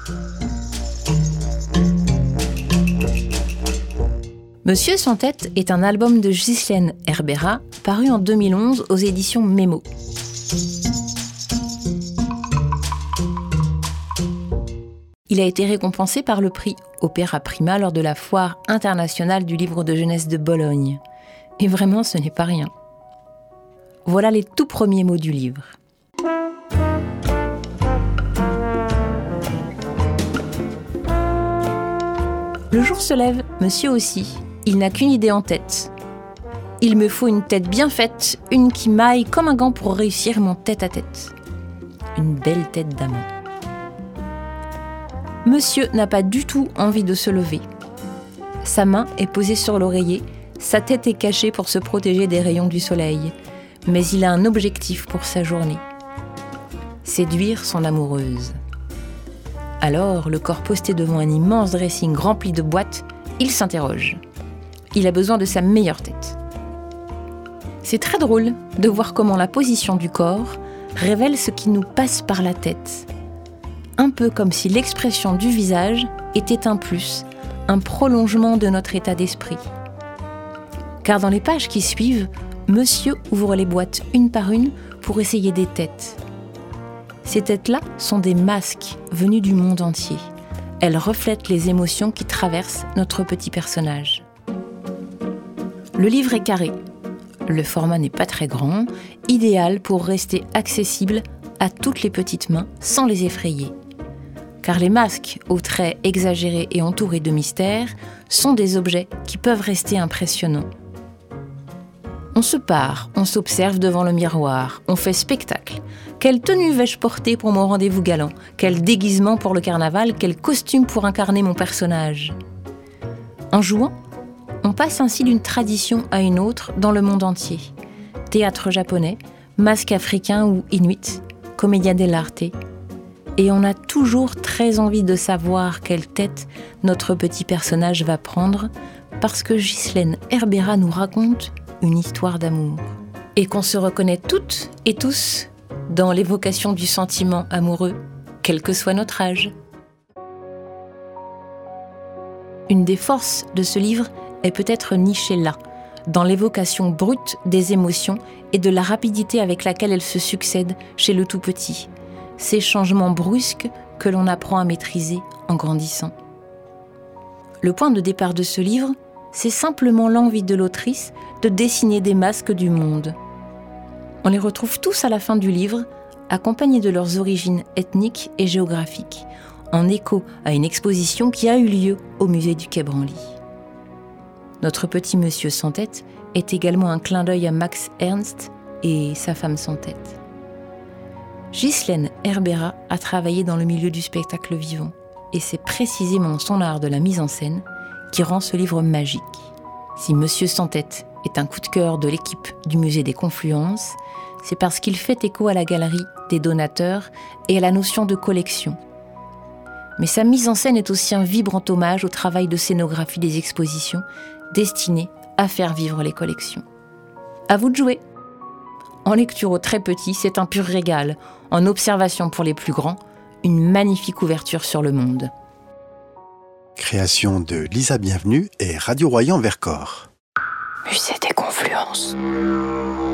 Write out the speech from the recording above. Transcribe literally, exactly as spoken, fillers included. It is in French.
Monsieur sans tête est un album de Ghislaine Herbera, paru en deux mille onze aux éditions Mémo. Il a été récompensé par le prix Opéra Prima lors de la Foire internationale du livre de jeunesse de Bologne. Et vraiment, ce n'est pas rien. Voilà les tout premiers mots du livre. Le jour se lève, monsieur aussi. Il n'a qu'une idée en tête. Il me faut une tête bien faite, une qui maille comme un gant pour réussir mon tête-à-tête. Une belle tête d'amant. Monsieur n'a pas du tout envie de se lever. Sa main est posée sur l'oreiller, sa tête est cachée pour se protéger des rayons du soleil. Mais il a un objectif pour sa journée. Séduire son amoureuse. Alors, le corps posté devant un immense dressing rempli de boîtes, il s'interroge. Il a besoin de sa meilleure tête. C'est très drôle de voir comment la position du corps révèle ce qui nous passe par la tête. Un peu comme si l'expression du visage était un plus, un prolongement de notre état d'esprit. Car dans les pages qui suivent, monsieur ouvre les boîtes une par une pour essayer des têtes. Ces têtes-là sont des masques venus du monde entier. Elles reflètent les émotions qui traversent notre petit personnage. Le livre est carré. Le format n'est pas très grand, idéal pour rester accessible à toutes les petites mains sans les effrayer. Car les masques aux traits exagérés et entourés de mystères sont des objets qui peuvent rester impressionnants. On se pare, on s'observe devant le miroir, on fait spectacle. Quelle tenue vais-je porter pour mon rendez-vous galant ? Quel déguisement pour le carnaval ? Quel costume pour incarner mon personnage ? En jouant, on passe ainsi d'une tradition à une autre dans le monde entier. Théâtre japonais, masque africain ou inuit, commedia dell'arte. Et on a toujours très envie de savoir quelle tête notre petit personnage va prendre, parce que Ghislaine Herbera nous raconte une histoire d'amour. Et qu'on se reconnaît toutes et tous dans l'évocation du sentiment amoureux, quel que soit notre âge. Une des forces de ce livre est peut-être nichée là, dans l'évocation brute des émotions et de la rapidité avec laquelle elles se succèdent chez le tout petit. Ces changements brusques que l'on apprend à maîtriser en grandissant. Le point de départ de ce livre, c'est simplement l'envie de l'autrice de dessiner des masques du monde. On les retrouve tous à la fin du livre, accompagnés de leurs origines ethniques et géographiques, en écho à une exposition qui a eu lieu au musée du Quai Branly. Notre petit monsieur sans tête est également un clin d'œil à Max Ernst et sa femme sans tête. Ghislaine Herbera a travaillé dans le milieu du spectacle vivant, et c'est précisément son art de la mise en scène qui rend ce livre magique. Si Monsieur sans tête est un coup de cœur de l'équipe du musée des Confluences, c'est parce qu'il fait écho à la galerie des donateurs et à la notion de collection. Mais sa mise en scène est aussi un vibrant hommage au travail de scénographie des expositions destiné à faire vivre les collections. À vous de jouer. En lecture aux très petits, c'est un pur régal. En observation pour les plus grands, une magnifique ouverture sur le monde. Création de Lisa Bienvenue et Radio Royan Vercors. Musée des Confluences.